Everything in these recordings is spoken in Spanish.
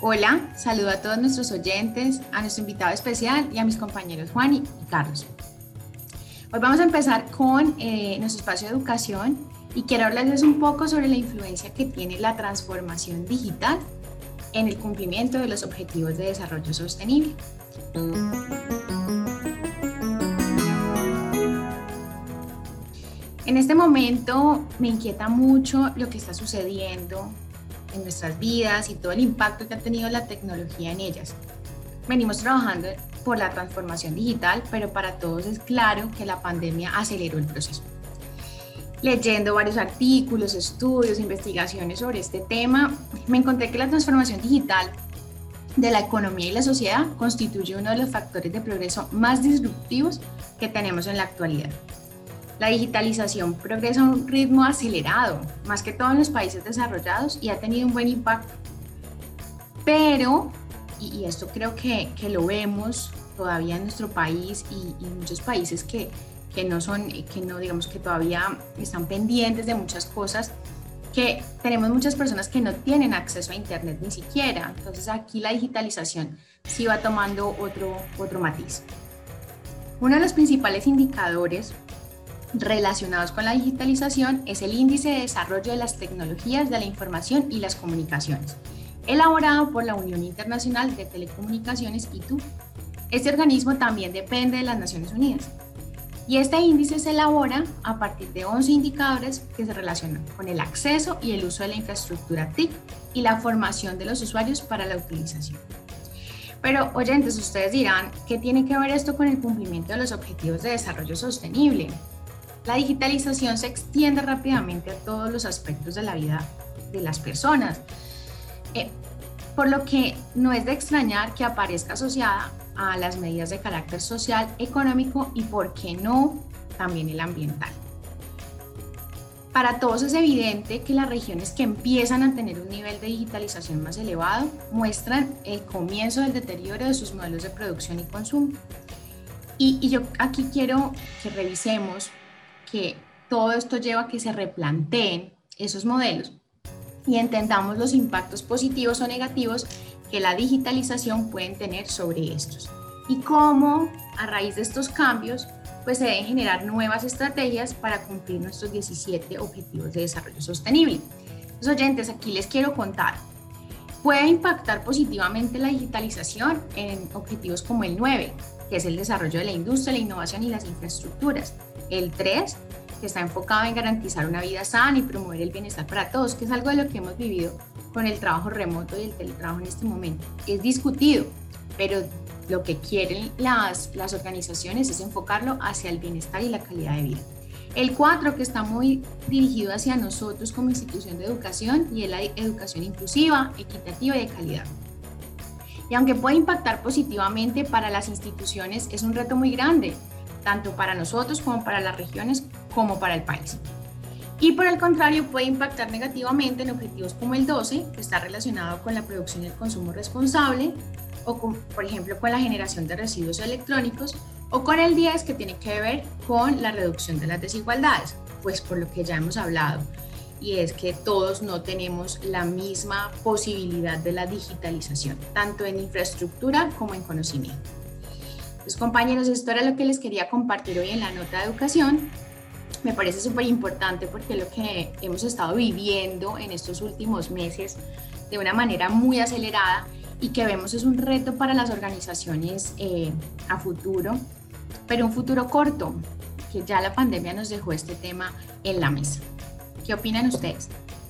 Hola, saludo a todos nuestros oyentes, a nuestro invitado especial y a mis compañeros Juan y Carlos. Hoy vamos a empezar con nuestro espacio de educación y quiero hablarles un poco sobre la influencia que tiene la transformación digital en el cumplimiento de los objetivos de desarrollo sostenible. En este momento me inquieta mucho lo que está sucediendo en nuestras vidas y todo el impacto que ha tenido la tecnología en ellas. Venimos trabajando por la transformación digital, pero para todos es claro que la pandemia aceleró el proceso. Leyendo varios artículos, estudios, investigaciones sobre este tema, me encontré que la transformación digital de la economía y la sociedad constituye uno de los factores de progreso más disruptivos que tenemos en la actualidad. La digitalización progresa a un ritmo acelerado, más que todo en los países desarrollados, y ha tenido un buen impacto. Pero, y esto creo que lo vemos todavía en nuestro país y muchos países que no, digamos que todavía están pendientes de muchas cosas, que tenemos muchas personas que no tienen acceso a Internet ni siquiera. Entonces aquí la digitalización sí va tomando otro matiz. Uno de los principales indicadores relacionados con la digitalización es el Índice de Desarrollo de las Tecnologías de la Información y las Comunicaciones, elaborado por la Unión Internacional de Telecomunicaciones (ITU). Este organismo también depende de las Naciones Unidas. Y este índice se elabora a partir de 11 indicadores que se relacionan con el acceso y el uso de la infraestructura TIC y la formación de los usuarios para la utilización. Pero, oyentes, ustedes dirán, ¿qué tiene que ver esto con el cumplimiento de los objetivos de desarrollo sostenible? La digitalización se extiende rápidamente a todos los aspectos de la vida de las personas, por lo que no es de extrañar que aparezca asociada a las medidas de carácter social, económico y, ¿por qué no?, también el ambiental. Para todos es evidente que las regiones que empiezan a tener un nivel de digitalización más elevado muestran el comienzo del deterioro de sus modelos de producción y consumo. Y yo aquí quiero que revisemos que todo esto lleva a que se replanteen esos modelos y entendamos los impactos positivos o negativos que la digitalización puede tener sobre estos y cómo a raíz de estos cambios pues se deben generar nuevas estrategias para cumplir nuestros 17 objetivos de desarrollo sostenible. Los oyentes, aquí les quiero contar. Puede impactar positivamente la digitalización en objetivos como el 9, que es el desarrollo de la industria, la innovación y las infraestructuras. El 3, que está enfocado en garantizar una vida sana y promover el bienestar para todos, que es algo de lo que hemos vivido con el trabajo remoto y el teletrabajo en este momento. Es discutido, pero lo que quieren las organizaciones es enfocarlo hacia el bienestar y la calidad de vida. El 4, que está muy dirigido hacia nosotros como institución de educación, y es la educación inclusiva, equitativa y de calidad. Y aunque puede impactar positivamente para las instituciones, es un reto muy grande, tanto para nosotros como para las regiones, como para el país. Y por el contrario, puede impactar negativamente en objetivos como el 12, que está relacionado con la producción y el consumo responsable, o con, por ejemplo, con la generación de residuos electrónicos, o con el 10, que tiene que ver con la reducción de las desigualdades, pues por lo que ya hemos hablado, y es que todos no tenemos la misma posibilidad de la digitalización, tanto en infraestructura como en conocimiento. Pues, compañeros, esto era lo que les quería compartir hoy en la nota de educación. Me parece súper importante porque lo que hemos estado viviendo en estos últimos meses de una manera muy acelerada y que vemos es un reto para las organizaciones a futuro, pero un futuro corto, que ya la pandemia nos dejó este tema en la mesa. ¿Qué opinan ustedes?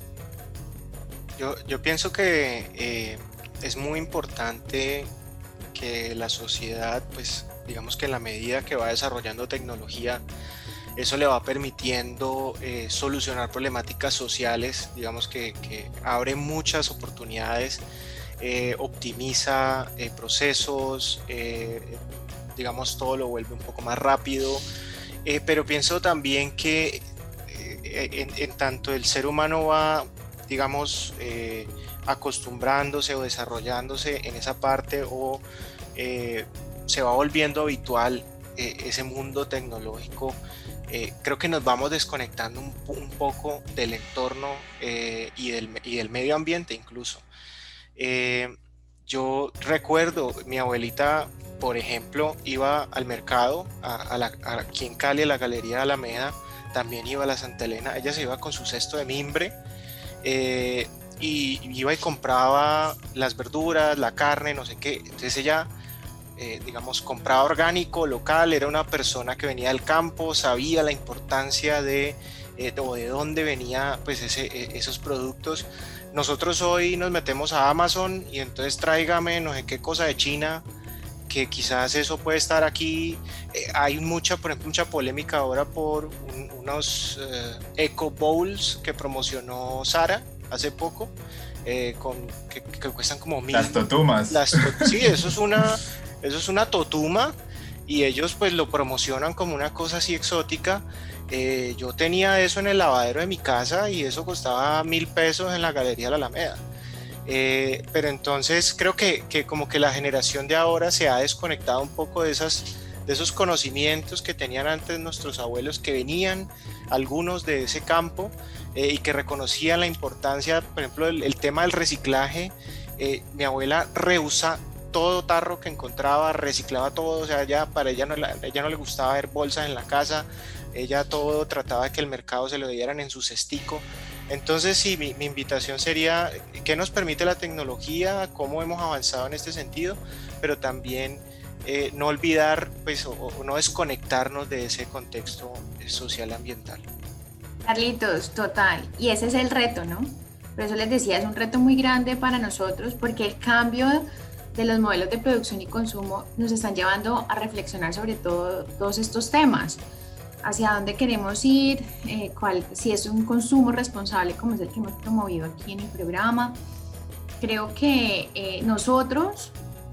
Yo pienso que es muy importante que la sociedad, pues digamos que en la medida que va desarrollando tecnología, eso le va permitiendo solucionar problemáticas sociales, digamos que abre muchas oportunidades, optimiza procesos, digamos todo lo vuelve un poco más rápido, pero pienso también que en tanto el ser humano va, digamos, acostumbrándose o desarrollándose en esa parte o se va volviendo habitual ese mundo tecnológico, creo que nos vamos desconectando un poco del entorno y del medio ambiente incluso. Yo recuerdo, mi abuelita, por ejemplo, iba al mercado, aquí en Cali, a la Galería de Alameda, también iba a la Santa Elena, ella se iba con su cesto de mimbre, eh, y iba y compraba las verduras, la carne, no sé qué. Entonces ella, digamos, compraba orgánico, local, era una persona que venía del campo, sabía la importancia o de dónde venía pues esos productos. Nosotros hoy nos metemos a Amazon y entonces tráigame no sé qué cosa de China, que quizás eso puede estar aquí. Hay mucha, por ejemplo, mucha polémica ahora por unos eco bowls que promocionó Sara hace poco, que cuestan como Las mil. totumas. Sí, eso es una totuma, y ellos pues lo promocionan como una cosa así exótica. Yo tenía eso en el lavadero de mi casa y eso costaba 1.000 pesos en la Galería de la Alameda. Pero entonces creo que como que la generación de ahora se ha desconectado un poco de esos conocimientos que tenían antes nuestros abuelos, que venían algunos de ese campo, y que reconocían la importancia, por ejemplo, el tema del reciclaje. Mi abuela rehúsa todo tarro que encontraba, reciclaba todo. O sea, para ella ella no le gustaba ver bolsas en la casa, ella todo trataba de que el mercado se lo dieran en su cestico. Entonces, sí, mi invitación sería: ¿qué nos permite la tecnología? ¿Cómo hemos avanzado en este sentido? Pero también no olvidar, pues, o no desconectarnos de ese contexto social ambiental. Carlitos, total. Y ese es el reto, ¿no? Por eso les decía, es un reto muy grande para nosotros porque el cambio de los modelos de producción y consumo nos están llevando a reflexionar sobre todo todos estos temas. Hacia dónde queremos ir, si es un consumo responsable como es el que hemos promovido aquí en el programa. Creo que nosotros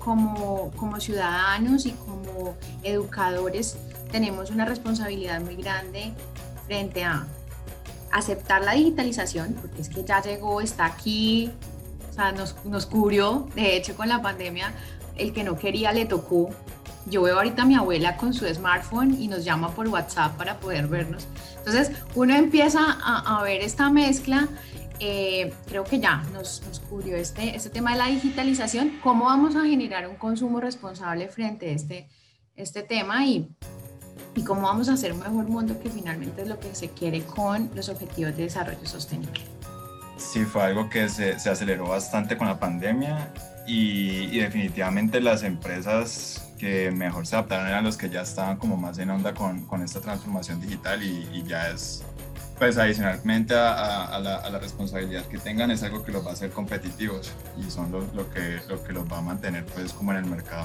como ciudadanos y como educadores tenemos una responsabilidad muy grande frente a aceptar la digitalización, porque es que ya llegó, está aquí, o sea, nos cubrió. De hecho, con la pandemia, el que no quería le tocó. Yo veo ahorita a mi abuela con su smartphone y nos llama por WhatsApp para poder vernos. Entonces, uno empieza a ver esta mezcla. Creo que ya nos cubrió este tema de la digitalización. ¿Cómo vamos a generar un consumo responsable frente a este tema? Y cómo vamos a hacer un mejor mundo, que finalmente es lo que se quiere con los objetivos de desarrollo sostenible. Sí, fue algo que se aceleró bastante con la pandemia y definitivamente las empresas que mejor se adaptaron eran los que ya estaban como más en onda con esta transformación digital y ya es, pues adicionalmente a la responsabilidad que tengan, es algo que los va a hacer competitivos y son lo que los va a mantener pues como en el mercado.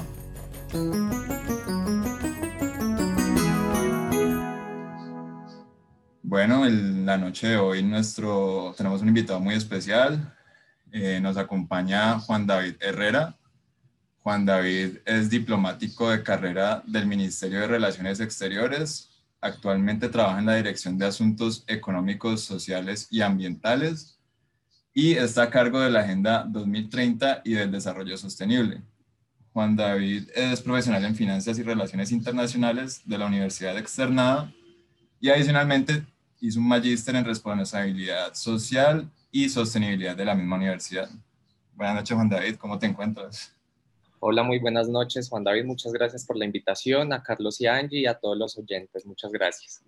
Bueno, la noche de hoy tenemos un invitado muy especial. Nos acompaña Juan David Herrera. Juan David es diplomático de carrera del Ministerio de Relaciones Exteriores. Actualmente trabaja en la Dirección de Asuntos Económicos, Sociales y Ambientales y está a cargo de la Agenda 2030 y del Desarrollo Sostenible. Juan David es profesional en Finanzas y Relaciones Internacionales de la Universidad Externada y adicionalmente hizo un magíster en responsabilidad social y sostenibilidad de la misma universidad. Buenas noches, Juan David, ¿cómo te encuentras? Hola, muy buenas noches, Juan David. Muchas gracias por la invitación, a Carlos y a Angie y a todos los oyentes. Muchas gracias.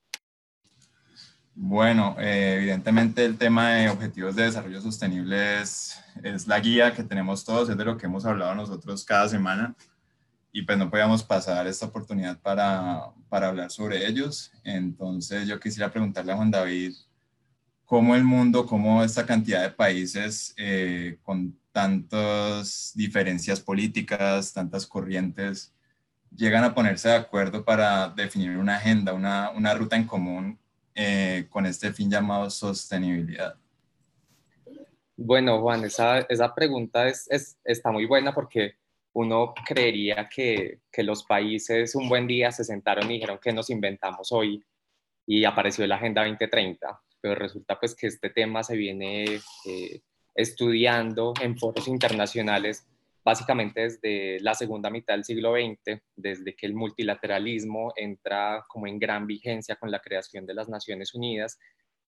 Bueno, evidentemente el tema de objetivos de desarrollo sostenible es la guía que tenemos todos, es de lo que hemos hablado nosotros cada semana y pues no podíamos pasar esta oportunidad para hablar sobre ellos. Entonces yo quisiera preguntarle a Juan David cómo el mundo, cómo esta cantidad de países con tantas diferencias políticas, tantas corrientes, llegan a ponerse de acuerdo para definir una agenda, una ruta en común con este fin llamado sostenibilidad. Bueno, Juan, esa pregunta está muy buena porque uno creería que los países un buen día se sentaron y dijeron que nos inventamos hoy y apareció la Agenda 2030, pero resulta pues que este tema se viene estudiando en foros internacionales básicamente desde la segunda mitad del siglo XX, desde que el multilateralismo entra como en gran vigencia con la creación de las Naciones Unidas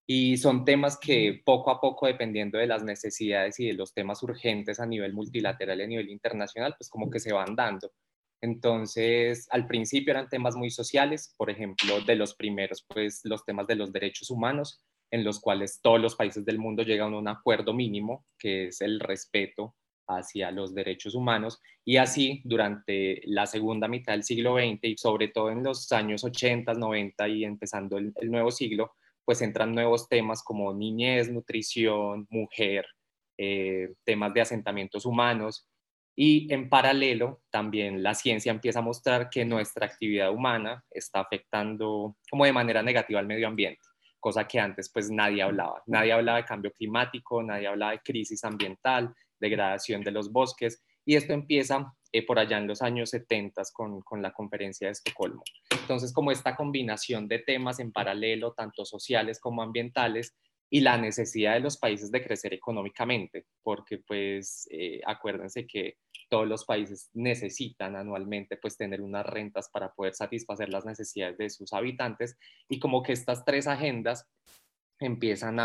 Y son temas que poco a poco, dependiendo de las necesidades y de los temas urgentes a nivel multilateral y a nivel internacional, pues como que se van dando. Entonces, al principio eran temas muy sociales, por ejemplo, de los primeros, pues los temas de los derechos humanos, en los cuales todos los países del mundo llegan a un acuerdo mínimo, que es el respeto hacia los derechos humanos, y así durante la segunda mitad del siglo XX y sobre todo en los años 80, 90 y empezando el nuevo siglo, pues entran nuevos temas como niñez, nutrición, mujer, temas de asentamientos humanos, y en paralelo también la ciencia empieza a mostrar que nuestra actividad humana está afectando como de manera negativa al medio ambiente, cosa que antes pues nadie hablaba. Nadie hablaba de cambio climático, nadie hablaba de crisis ambiental, degradación de los bosques, y esto empieza por allá en los años 70 con la conferencia de Estocolmo. Entonces, como esta combinación de temas en paralelo, tanto sociales como ambientales, y la necesidad de los países de crecer económicamente, porque pues acuérdense que todos los países necesitan anualmente pues tener unas rentas para poder satisfacer las necesidades de sus habitantes, y como que estas tres agendas empiezan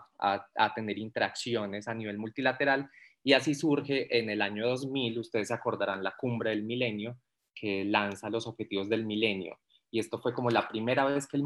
a tener interacciones a nivel multilateral, y así surge en el año 2000, ustedes se acordarán, la cumbre del milenio, que lanza los objetivos del milenio, y esto fue como la primera vez que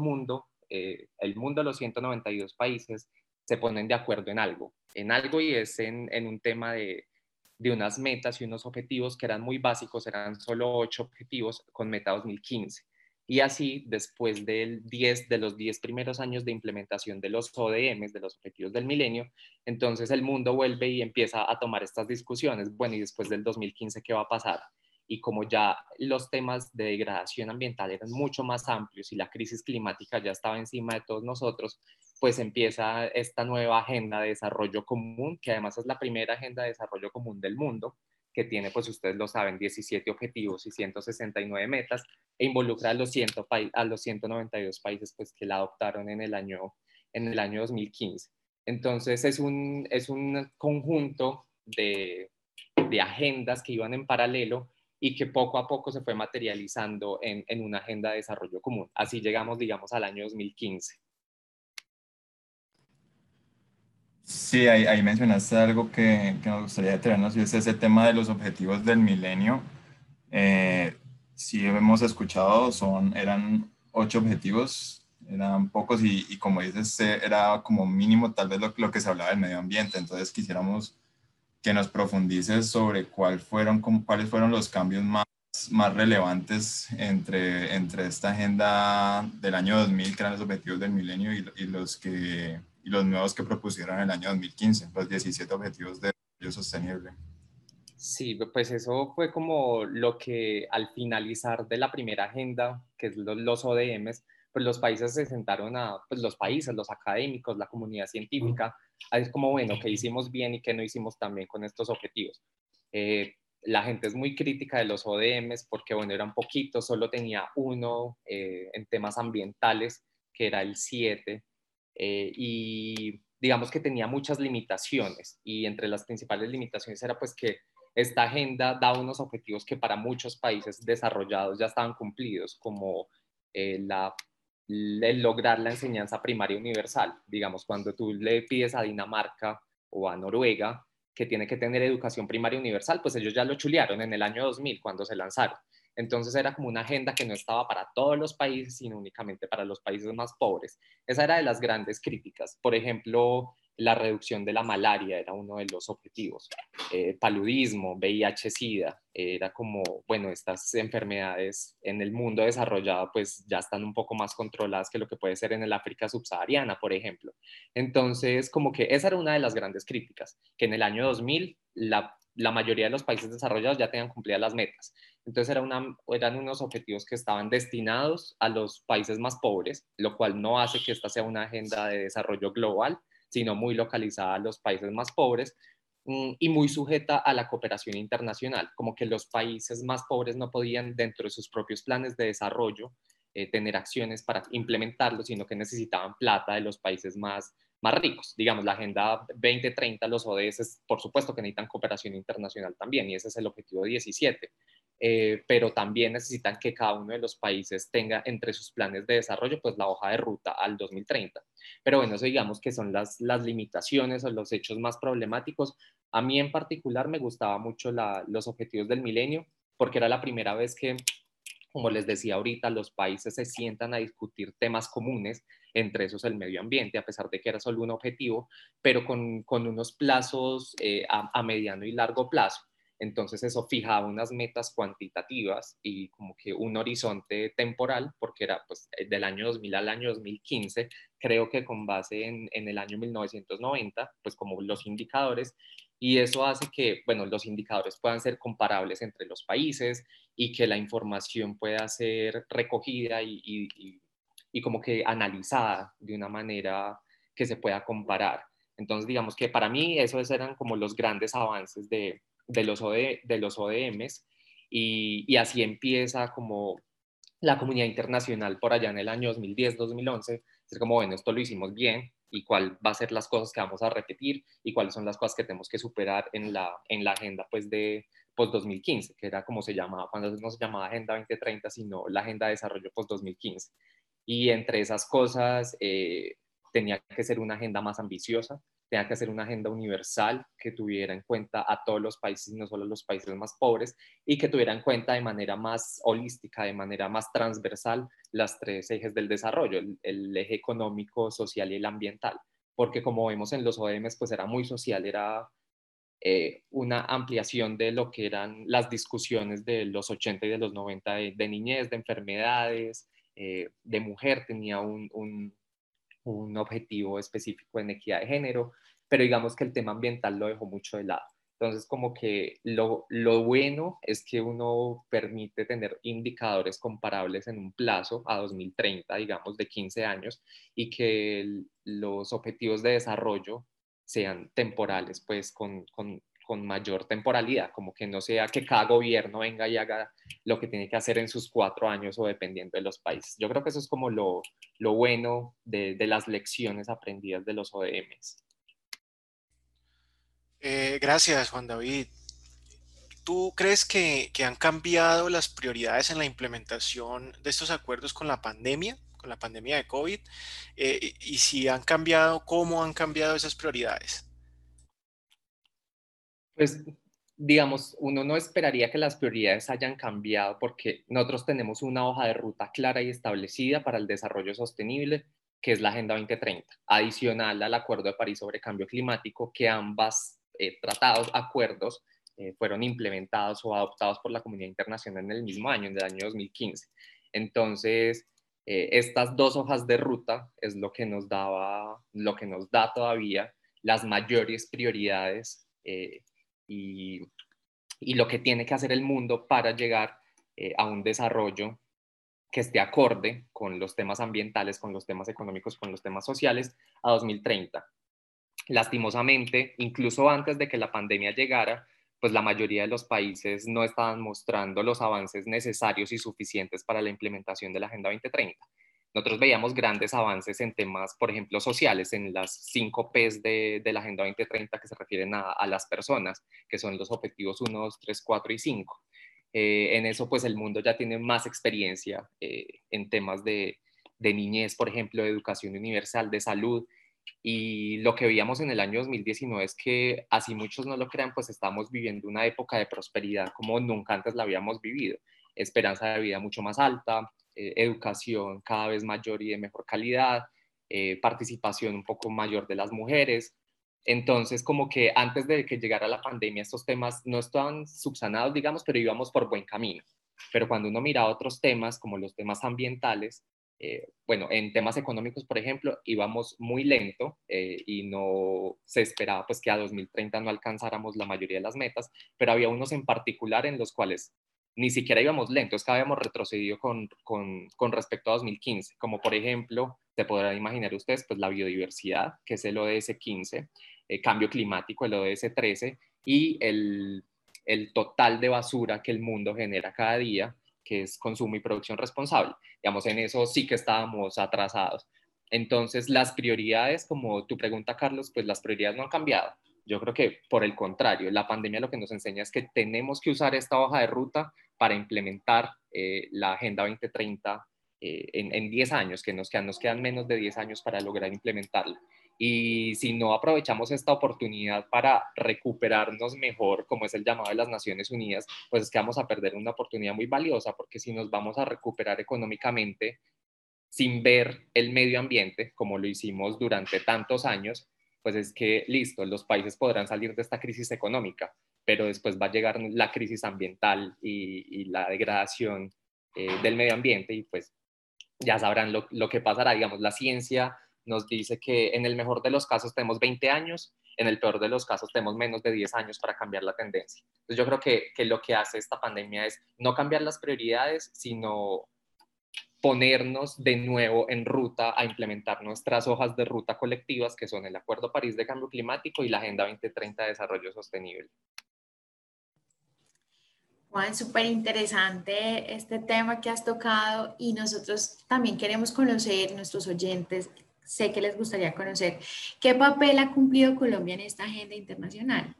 el mundo de los 192 países se ponen de acuerdo en algo, y es en un tema de unas metas y unos objetivos que eran muy básicos, eran solo 8 objetivos con meta 2015. Y así, después de los 10 primeros años de implementación de los ODS, de los Objetivos del Milenio, entonces el mundo vuelve y empieza a tomar estas discusiones. Bueno, y después del 2015, ¿qué va a pasar? Y como ya los temas de degradación ambiental eran mucho más amplios y la crisis climática ya estaba encima de todos nosotros, pues empieza esta nueva agenda de desarrollo común, que además es la primera agenda de desarrollo común del mundo, que tiene, pues ustedes lo saben, 17 objetivos y 169 metas, e involucra a los 192 países pues, que la adoptaron en el año 2015. Entonces es un conjunto de agendas que iban en paralelo y que poco a poco se fue materializando en una agenda de desarrollo común. Así llegamos, digamos, al año 2015. Sí, ahí mencionaste algo que nos gustaría detenernos y es ese tema de los objetivos del milenio. Eh, sí hemos escuchado, eran 8 objetivos, eran pocos y como dices, era como mínimo tal vez lo que se hablaba del medio ambiente. Entonces quisiéramos que nos profundices sobre cuáles fueron los cambios más relevantes entre esta agenda del año 2000, que eran los objetivos del milenio, y los nuevos que propusieron en el año 2015, los 17 objetivos de desarrollo sostenible. Sí, pues eso fue como lo que al finalizar de la primera agenda, que es los ODMs, pues los países se sentaron pues los países, los académicos, la comunidad científica, a decir como, bueno, qué hicimos bien y qué no hicimos tan bien con estos objetivos. La gente es muy crítica de los ODMs porque, bueno, eran poquitos, solo tenía uno en temas ambientales, que era el 7, y digamos que tenía muchas limitaciones, y entre las principales limitaciones era pues que esta agenda da unos objetivos que para muchos países desarrollados ya estaban cumplidos, como el lograr la enseñanza primaria universal. Digamos, cuando tú le pides a Dinamarca o a Noruega que tiene que tener educación primaria universal, pues ellos ya lo chulearon en el año 2000 cuando se lanzaron. Entonces era como una agenda que no estaba para todos los países, sino únicamente para los países más pobres. Esa era de las grandes críticas. Por ejemplo, la reducción de la malaria era uno de los objetivos. Paludismo, VIH-Sida, era como, bueno, estas enfermedades en el mundo desarrollado pues ya están un poco más controladas que lo que puede ser en el África subsahariana, por ejemplo. Entonces, como que esa era una de las grandes críticas, que en el año 2000 la mayoría de los países desarrollados ya tenían cumplidas las metas. Entonces eran unos objetivos que estaban destinados a los países más pobres, lo cual no hace que esta sea una agenda de desarrollo global, sino muy localizada a los países más pobres, y muy sujeta a la cooperación internacional, como que los países más pobres no podían dentro de sus propios planes de desarrollo tener acciones para implementarlo, sino que necesitaban plata de los países más ricos. Digamos, la Agenda 2030, los ODS, por supuesto que necesitan cooperación internacional también, y ese es el objetivo 17. pero también necesitan que cada uno de los países tenga entre sus planes de desarrollo pues la hoja de ruta al 2030. Pero bueno, eso digamos que son las limitaciones o los hechos más problemáticos. A mí en particular me gustaba mucho los objetivos del milenio, porque era la primera vez que, como les decía ahorita, los países se sientan a discutir temas comunes, entre esos el medio ambiente, a pesar de que era solo un objetivo, pero con unos plazos a mediano y largo plazo. Entonces eso fijaba unas metas cuantitativas y como que un horizonte temporal, porque era pues del año 2000 al año 2015, creo que con base en el año 1990, pues como los indicadores, y eso hace que, bueno, los indicadores puedan ser comparables entre los países y que la información pueda ser recogida y como que analizada de una manera que se pueda comparar. Entonces, digamos que para mí esos eran como los grandes avances de los ODMs y así empieza como la comunidad internacional por allá en el año 2010-2011, es como, bueno, esto lo hicimos bien y cuál va a ser las cosas que vamos a repetir y cuáles son las cosas que tenemos que superar en la agenda pues de post-2015, que era como se llamaba, cuando no se llamaba Agenda 2030, sino la Agenda de Desarrollo post-2015. Y entre esas cosas tenía que ser una agenda más ambiciosa, tenía que ser una agenda universal que tuviera en cuenta a todos los países y no solo los países más pobres, y que tuviera en cuenta de manera más holística, de manera más transversal, las tres ejes del desarrollo, el eje económico, social y el ambiental. Porque como vemos en los ODMs, pues era muy social, era una ampliación de lo que eran las discusiones de los 80 y de los 90 de niñez, de enfermedades, de mujer, tenía un objetivo específico en equidad de género, pero digamos que el tema ambiental lo dejó mucho de lado. Entonces, como que lo bueno es que uno permite tener indicadores comparables en un plazo a 2030, digamos, de 15 años, y que los objetivos de desarrollo sean temporales, pues con mayor temporalidad, como que no sea que cada gobierno venga y haga lo que tiene que hacer en sus 4 años o dependiendo de los países. Yo creo que eso es como lo bueno de las lecciones aprendidas de los ODMs. Gracias, Juan David. ¿Tú crees que han cambiado las prioridades en la implementación de estos acuerdos con la pandemia de COVID? Y si han cambiado, ¿cómo han cambiado esas prioridades? Pues, digamos, uno no esperaría que las prioridades hayan cambiado porque nosotros tenemos una hoja de ruta clara y establecida para el desarrollo sostenible, que es la Agenda 2030, adicional al Acuerdo de París sobre Cambio Climático, que ambas acuerdos, fueron implementados o adoptados por la comunidad internacional en el mismo año, en el año 2015. Entonces, estas dos hojas de ruta es lo que nos da todavía las mayores prioridades y, y lo que tiene que hacer el mundo para llegar a un desarrollo que esté acorde con los temas ambientales, con los temas económicos, con los temas sociales a 2030. Lastimosamente, incluso antes de que la pandemia llegara, pues la mayoría de los países no estaban mostrando los avances necesarios y suficientes para la implementación de la Agenda 2030. Nosotros veíamos grandes avances en temas, por ejemplo, sociales, en las 5 Ps de la Agenda 2030 que se refieren a las personas, que son los objetivos 1, 2, 3, 4 y 5. En eso, pues el mundo ya tiene más experiencia en temas de niñez, por ejemplo, de educación universal, de salud, y lo que veíamos en el año 2019 es que, así muchos no lo crean, pues estamos viviendo una época de prosperidad como nunca antes la habíamos vivido. Esperanza de vida mucho más alta, educación cada vez mayor y de mejor calidad, participación un poco mayor de las mujeres. Entonces, como que antes de que llegara la pandemia, estos temas no estaban subsanados, digamos, pero íbamos por buen camino. Pero cuando uno mira otros temas, como los temas ambientales, bueno, en temas económicos, por ejemplo, íbamos muy lento y no se esperaba pues que a 2030 no alcanzáramos la mayoría de las metas, pero había unos en particular en los cuales ni siquiera íbamos lentos, es que habíamos retrocedido con respecto a 2015, como por ejemplo, se podrán imaginar ustedes, pues la biodiversidad, que es el ODS 15, cambio climático, el ODS 13, y el total de basura que el mundo genera cada día, que es consumo y producción responsable. Digamos, en eso sí que estábamos atrasados. Entonces, las prioridades, como tu pregunta, Carlos, pues las prioridades no han cambiado. Yo creo que por el contrario, la pandemia lo que nos enseña es que tenemos que usar esta hoja de ruta para implementar la Agenda 2030 en 10 años, que nos quedan menos de 10 años para lograr implementarla. Y si no aprovechamos esta oportunidad para recuperarnos mejor, como es el llamado de las Naciones Unidas, pues es que vamos a perder una oportunidad muy valiosa, porque si nos vamos a recuperar económicamente sin ver el medio ambiente, como lo hicimos durante tantos años, pues es que listo, los países podrán salir de esta crisis económica, pero después va a llegar la crisis ambiental y la degradación del medio ambiente y pues ya sabrán lo que pasará. Digamos, la ciencia nos dice que en el mejor de los casos tenemos 20 años, en el peor de los casos tenemos menos de 10 años para cambiar la tendencia. Entonces yo creo que lo que hace esta pandemia es no cambiar las prioridades, sino ponernos de nuevo en ruta a implementar nuestras hojas de ruta colectivas, que son el Acuerdo París de Cambio Climático y la Agenda 2030 de Desarrollo Sostenible. Juan, súper interesante este tema que has tocado y nosotros también queremos conocer, nuestros oyentes, sé que les gustaría conocer, ¿qué papel ha cumplido Colombia en esta agenda internacional?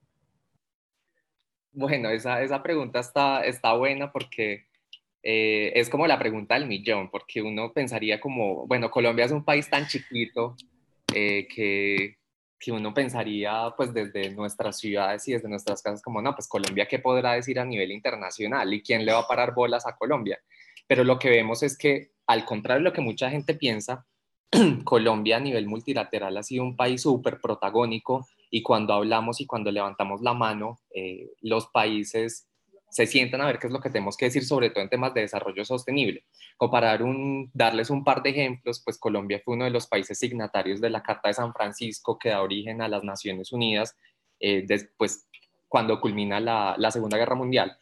Bueno, esa pregunta está buena porque es como la pregunta del millón, porque uno pensaría como, bueno, Colombia es un país tan chiquito eh, que, que uno pensaría pues desde nuestras ciudades y desde nuestras casas como, no, pues Colombia, ¿qué podrá decir a nivel internacional? ¿Y quién le va a parar bolas a Colombia? Pero lo que vemos es que, al contrario de lo que mucha gente piensa, Colombia a nivel multilateral ha sido un país súper protagónico y cuando hablamos y cuando levantamos la mano, los países se sientan a ver qué es lo que tenemos que decir, sobre todo en temas de desarrollo sostenible. Darles un par de ejemplos, pues Colombia fue uno de los países signatarios de la Carta de San Francisco que da origen a las Naciones Unidas después, cuando culmina la Segunda Guerra Mundial.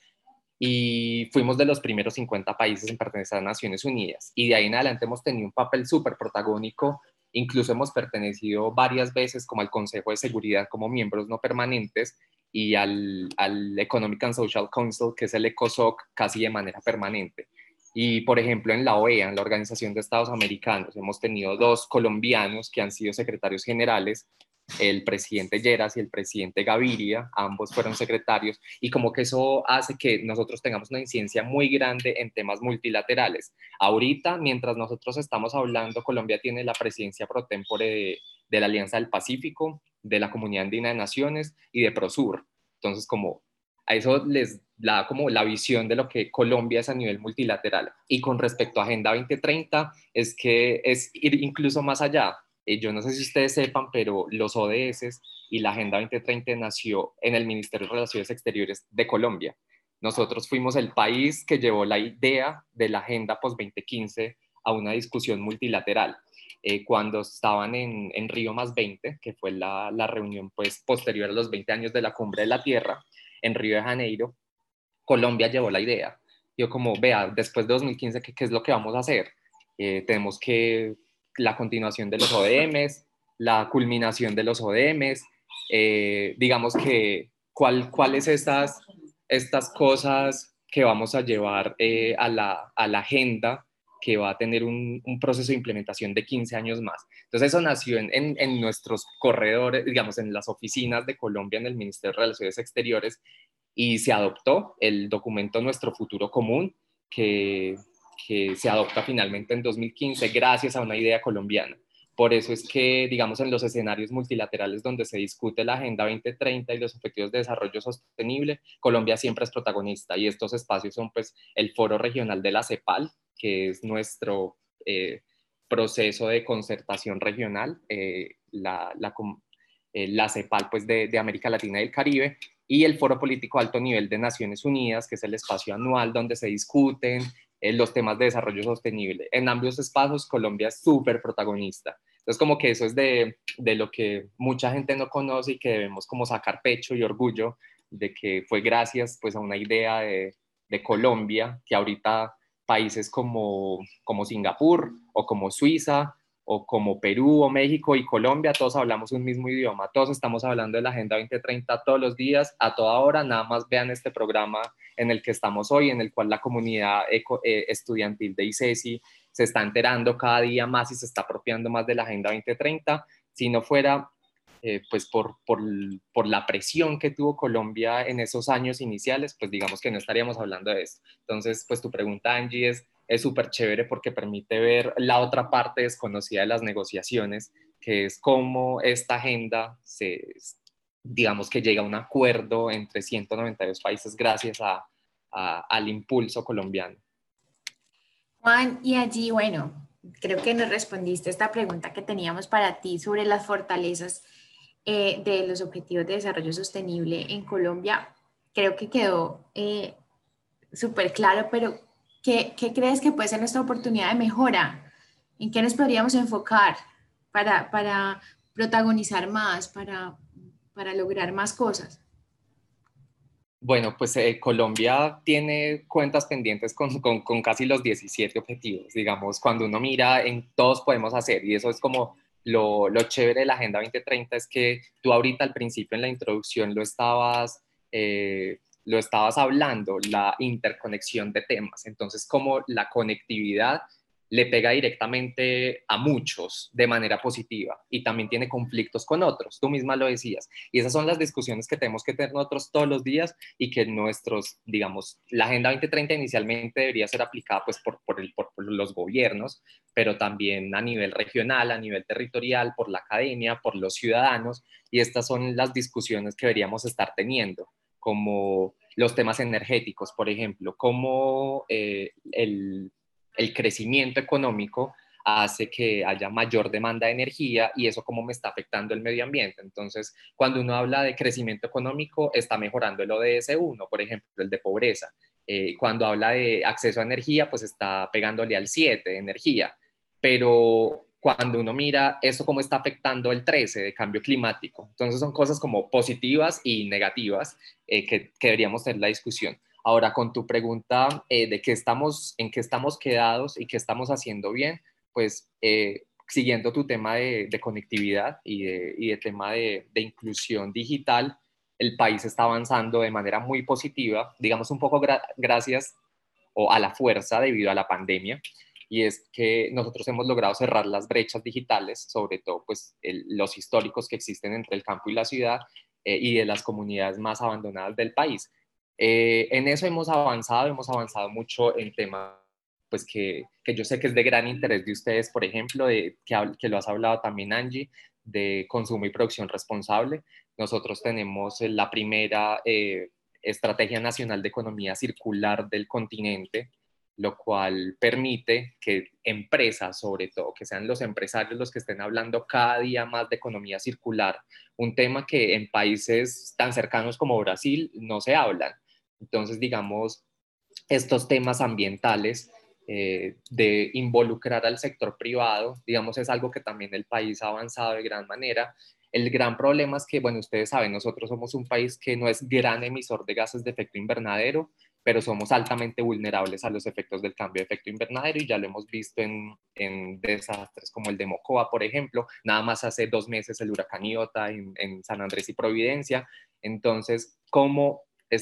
Y fuimos de los primeros 50 países en pertenecer a Naciones Unidas. Y de ahí en adelante hemos tenido un papel súper protagónico, incluso hemos pertenecido varias veces como al Consejo de Seguridad como miembros no permanentes y al Economic and Social Council, que es el ECOSOC, casi de manera permanente. Y, por ejemplo, en la OEA, en la Organización de Estados Americanos, hemos tenido 2 colombianos que han sido secretarios generales, el presidente Lleras y el presidente Gaviria, ambos fueron secretarios, y como que eso hace que nosotros tengamos una incidencia muy grande en temas multilaterales. Ahorita, mientras nosotros estamos hablando, Colombia tiene la presidencia pro tempore de la Alianza del Pacífico, de la Comunidad Andina de Naciones y de Prosur. Entonces, como a eso les da como la visión de lo que Colombia es a nivel multilateral. Y con respecto a Agenda 2030, es que es ir incluso más allá. Yo no sé si ustedes sepan, pero los ODS y la Agenda 2030 nació en el Ministerio de Relaciones Exteriores de Colombia. Nosotros fuimos el país que llevó la idea de la Agenda post-2015 a una discusión multilateral. Cuando estaban en Río +20, que fue la reunión pues, posterior a los 20 años de la Cumbre de la Tierra, en Río de Janeiro, Colombia llevó la idea. Yo como, vea, después de 2015, ¿qué es lo que vamos a hacer? Tenemos que la continuación de los ODMs, la culminación de los ODMs, digamos que cuáles estas cosas que vamos a llevar a la agenda que va a tener un proceso de implementación de 15 años más. Entonces eso nació en nuestros corredores, digamos, en las oficinas de Colombia, en el Ministerio de Relaciones Exteriores, y se adoptó el documento Nuestro Futuro Común, que se adopta finalmente en 2015 gracias a una idea colombiana. Por eso es que, digamos, en los escenarios multilaterales donde se discute la Agenda 2030 y los Objetivos de Desarrollo Sostenible, Colombia siempre es protagonista y estos espacios son pues el Foro Regional de la CEPAL, que es nuestro proceso de concertación regional, la CEPAL pues de América Latina y el Caribe, y el Foro Político Alto Nivel de Naciones Unidas, que es el espacio anual donde se discuten los temas de desarrollo sostenible. En ambos espacios Colombia es súper protagonista. Entonces como que eso es de lo que mucha gente no conoce y que debemos como sacar pecho y orgullo de que fue gracias pues a una idea de Colombia, que ahorita países como Singapur o como Suiza o como Perú o México y Colombia, todos hablamos un mismo idioma, todos estamos hablando de la Agenda 2030 todos los días, a toda hora. Nada más vean este programa en el que estamos hoy, en el cual la comunidad estudiantil de ICESI se está enterando cada día más y se está apropiando más de la Agenda 2030. Si no fuera pues por la presión que tuvo Colombia en esos años iniciales, pues digamos que no estaríamos hablando de esto. Entonces, pues tu pregunta, Angie, es súper chévere porque permite ver la otra parte desconocida de las negociaciones, que es cómo esta agenda digamos que llega a un acuerdo entre 192 países gracias al impulso colombiano. Juan, y allí, bueno, creo que nos respondiste esta pregunta que teníamos para ti sobre las fortalezas de los Objetivos de Desarrollo Sostenible en Colombia. Creo que quedó súper claro, pero ¿qué crees que puede ser nuestra oportunidad de mejora? ¿En qué nos podríamos enfocar para protagonizar más, para lograr más cosas? Bueno, pues Colombia tiene cuentas pendientes con casi los 17 objetivos, digamos, cuando uno mira en todos podemos hacer, y eso es como lo chévere de la Agenda 2030, es que tú ahorita al principio en la introducción lo estabas hablando, la interconexión de temas, entonces como la conectividad le pega directamente a muchos de manera positiva y también tiene conflictos con otros, tú misma lo decías, y esas son las discusiones que tenemos que tener nosotros todos los días y que digamos, la Agenda 2030 inicialmente debería ser aplicada pues por los gobiernos, pero también a nivel regional, a nivel territorial, por la academia, por los ciudadanos, y estas son las discusiones que deberíamos estar teniendo, como los temas energéticos, por ejemplo, cómo el crecimiento económico hace que haya mayor demanda de energía y eso cómo me está afectando el medio ambiente. Entonces, cuando uno habla de crecimiento económico, está mejorando el ODS 1, por ejemplo, el de pobreza. Cuando habla de acceso a energía, pues está pegándole al 7 de energía. Pero cuando uno mira eso cómo está afectando el 13 de cambio climático. Entonces son cosas como positivas y negativas que deberíamos tener la discusión. Ahora, con tu pregunta de en qué estamos quedados y qué estamos haciendo bien, pues siguiendo tu tema de conectividad y de tema de inclusión digital, el país está avanzando de manera muy positiva, digamos un poco gracias o a la fuerza debido a la pandemia, y es que nosotros hemos logrado cerrar las brechas digitales, sobre todo pues los históricos que existen entre el campo y la ciudad y de las comunidades más abandonadas del país. En eso hemos avanzado mucho en temas pues que yo sé que es de gran interés de ustedes, por ejemplo, que lo has hablado también Angie, de consumo y producción responsable. Nosotros tenemos la primera Estrategia Nacional de Economía Circular del continente, lo cual permite que empresas, sobre todo, que sean los empresarios los que estén hablando cada día más de economía circular, un tema que en países tan cercanos como Brasil no se hablan. Entonces, digamos, estos temas ambientales de involucrar al sector privado, digamos, es algo que también el país ha avanzado de gran manera. El gran problema es que, bueno, ustedes saben, nosotros somos un país que no es gran emisor de gases de efecto invernadero, pero somos altamente vulnerables a los efectos del cambio de efecto invernadero y ya lo hemos visto en desastres como el de Mocoa, por ejemplo, nada más hace 2 meses el huracán Iota en San Andrés y Providencia. Entonces, ¿cómo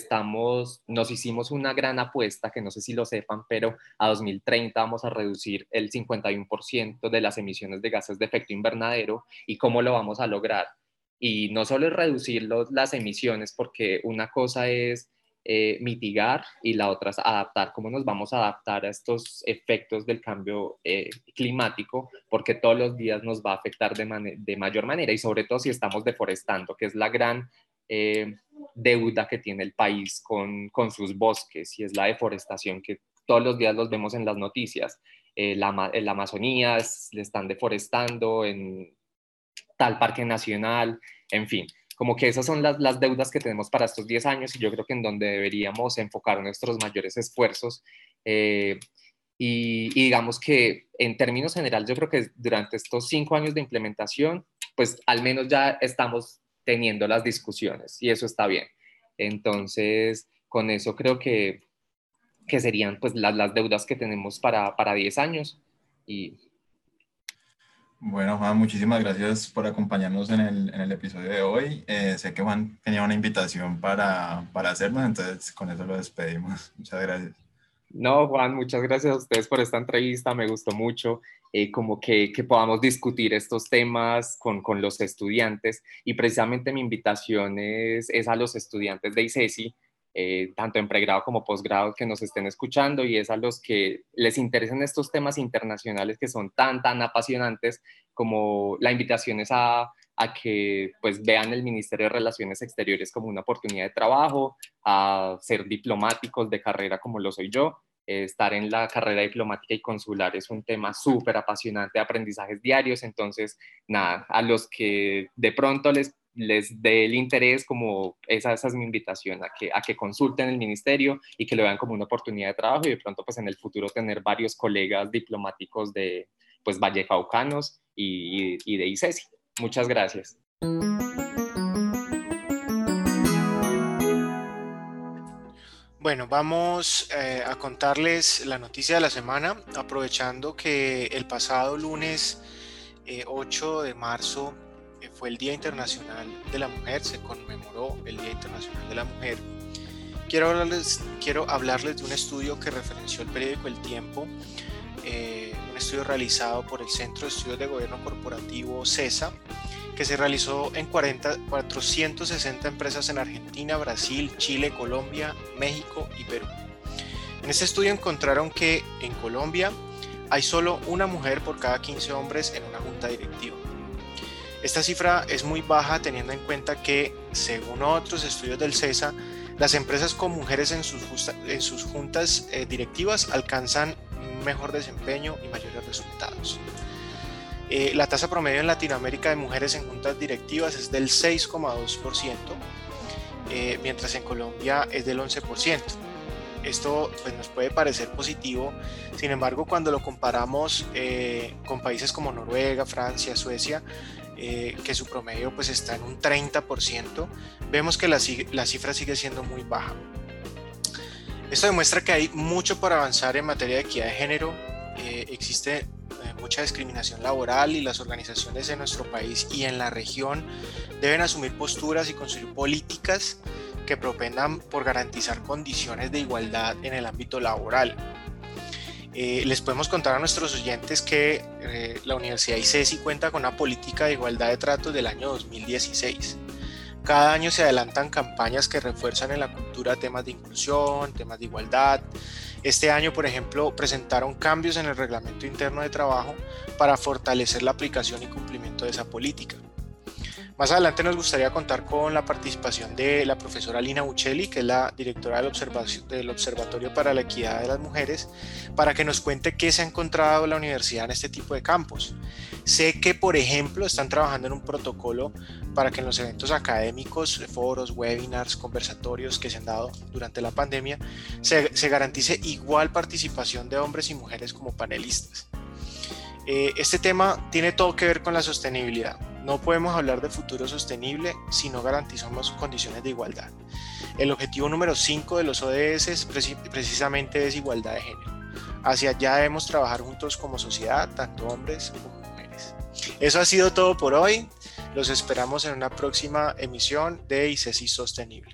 nos hicimos una gran apuesta, que no sé si lo sepan, pero a 2030 vamos a reducir el 51% de las emisiones de gases de efecto invernadero? ¿Y cómo lo vamos a lograr? Y no solo es reducir las emisiones, porque una cosa es mitigar y la otra es adaptar. ¿Cómo nos vamos a adaptar a estos efectos del cambio climático? Porque todos los días nos va a afectar de mayor manera y sobre todo si estamos deforestando, que es la gran deuda que tiene el país con sus bosques, y es la deforestación que todos los días los vemos en las noticias. En la Amazonía le están deforestando, en tal parque nacional, en fin. Como que esas son las deudas que tenemos para estos 10 años y yo creo que en donde deberíamos enfocar nuestros mayores esfuerzos. Y digamos que en términos generales yo creo que durante estos 5 años de implementación, pues al menos ya estamos teniendo las discusiones y eso está bien. Entonces, con eso creo que serían pues las deudas que tenemos para 10 años. Y Bueno, Juan, muchísimas gracias por acompañarnos en el episodio de hoy. Sé que Juan tenía una invitación para hacernos, entonces con eso lo despedimos. Muchas gracias. No, Juan, muchas gracias a ustedes por esta entrevista, me gustó mucho, como que podamos discutir estos temas con los estudiantes y precisamente mi invitación es a los estudiantes de ICESI, tanto en pregrado como posgrado que nos estén escuchando y es a los que les interesen estos temas internacionales que son tan apasionantes como la invitación es a que pues vean el Ministerio de Relaciones Exteriores como una oportunidad de trabajo, a ser diplomáticos de carrera como lo soy yo. Estar en la carrera diplomática y consular es un tema súper apasionante de aprendizajes diarios, entonces nada, a los que de pronto les dé el interés, como esa es mi invitación, a que consulten el ministerio y que lo vean como una oportunidad de trabajo y de pronto pues en el futuro tener varios colegas diplomáticos de pues vallecaucanos y de ICESI. Muchas gracias. Bueno, vamos a contarles la noticia de la semana, aprovechando que el pasado lunes 8 de marzo fue el Día Internacional de la Mujer, se conmemoró el Día Internacional de la Mujer. Quiero hablarles de un estudio que referenció el periódico El Tiempo, un estudio realizado por el Centro de Estudios de Gobierno Corporativo CESA, que se realizó en 460 empresas en Argentina, Brasil, Chile, Colombia, México y Perú. En este estudio encontraron que en Colombia hay solo una mujer por cada 15 hombres en una junta directiva. Esta cifra es muy baja teniendo en cuenta que, según otros estudios del CESA, las empresas con mujeres en sus juntas directivas alcanzan mejor desempeño y mayores resultados. La tasa promedio en Latinoamérica de mujeres en juntas directivas es del 6,2%, mientras en Colombia es del 11%. Esto pues, nos puede parecer positivo, sin embargo cuando lo comparamos con países como Noruega, Francia, Suecia, que su promedio pues, está en un 30%, vemos que la cifra sigue siendo muy baja. Esto demuestra que hay mucho por avanzar en materia de equidad de género. Existe mucha discriminación laboral y las organizaciones en nuestro país y en la región deben asumir posturas y construir políticas que propendan por garantizar condiciones de igualdad en el ámbito laboral. Les podemos contar a nuestros oyentes que la Universidad ICESI cuenta con una política de igualdad de trato del año 2016. Cada año se adelantan campañas que refuerzan en la cultura temas de inclusión, temas de igualdad. Este año, por ejemplo, presentaron cambios en el reglamento interno de trabajo para fortalecer la aplicación y cumplimiento de esa política. Más adelante nos gustaría contar con la participación de la profesora Lina Buccelli, que es la directora del Observatorio para la Equidad de las Mujeres, para que nos cuente qué se ha encontrado la universidad en este tipo de campos. Sé que, por ejemplo, están trabajando en un protocolo para que en los eventos académicos, foros, webinars, conversatorios que se han dado durante la pandemia, se garantice igual participación de hombres y mujeres como panelistas. Este tema tiene todo que ver con la sostenibilidad. No podemos hablar de futuro sostenible si no garantizamos condiciones de igualdad. El objetivo número 5 de los ODS precisamente es igualdad de género. Hacia allá debemos trabajar juntos como sociedad, tanto hombres como mujeres. Eso ha sido todo por hoy. Los esperamos en una próxima emisión de ICESI Sostenible.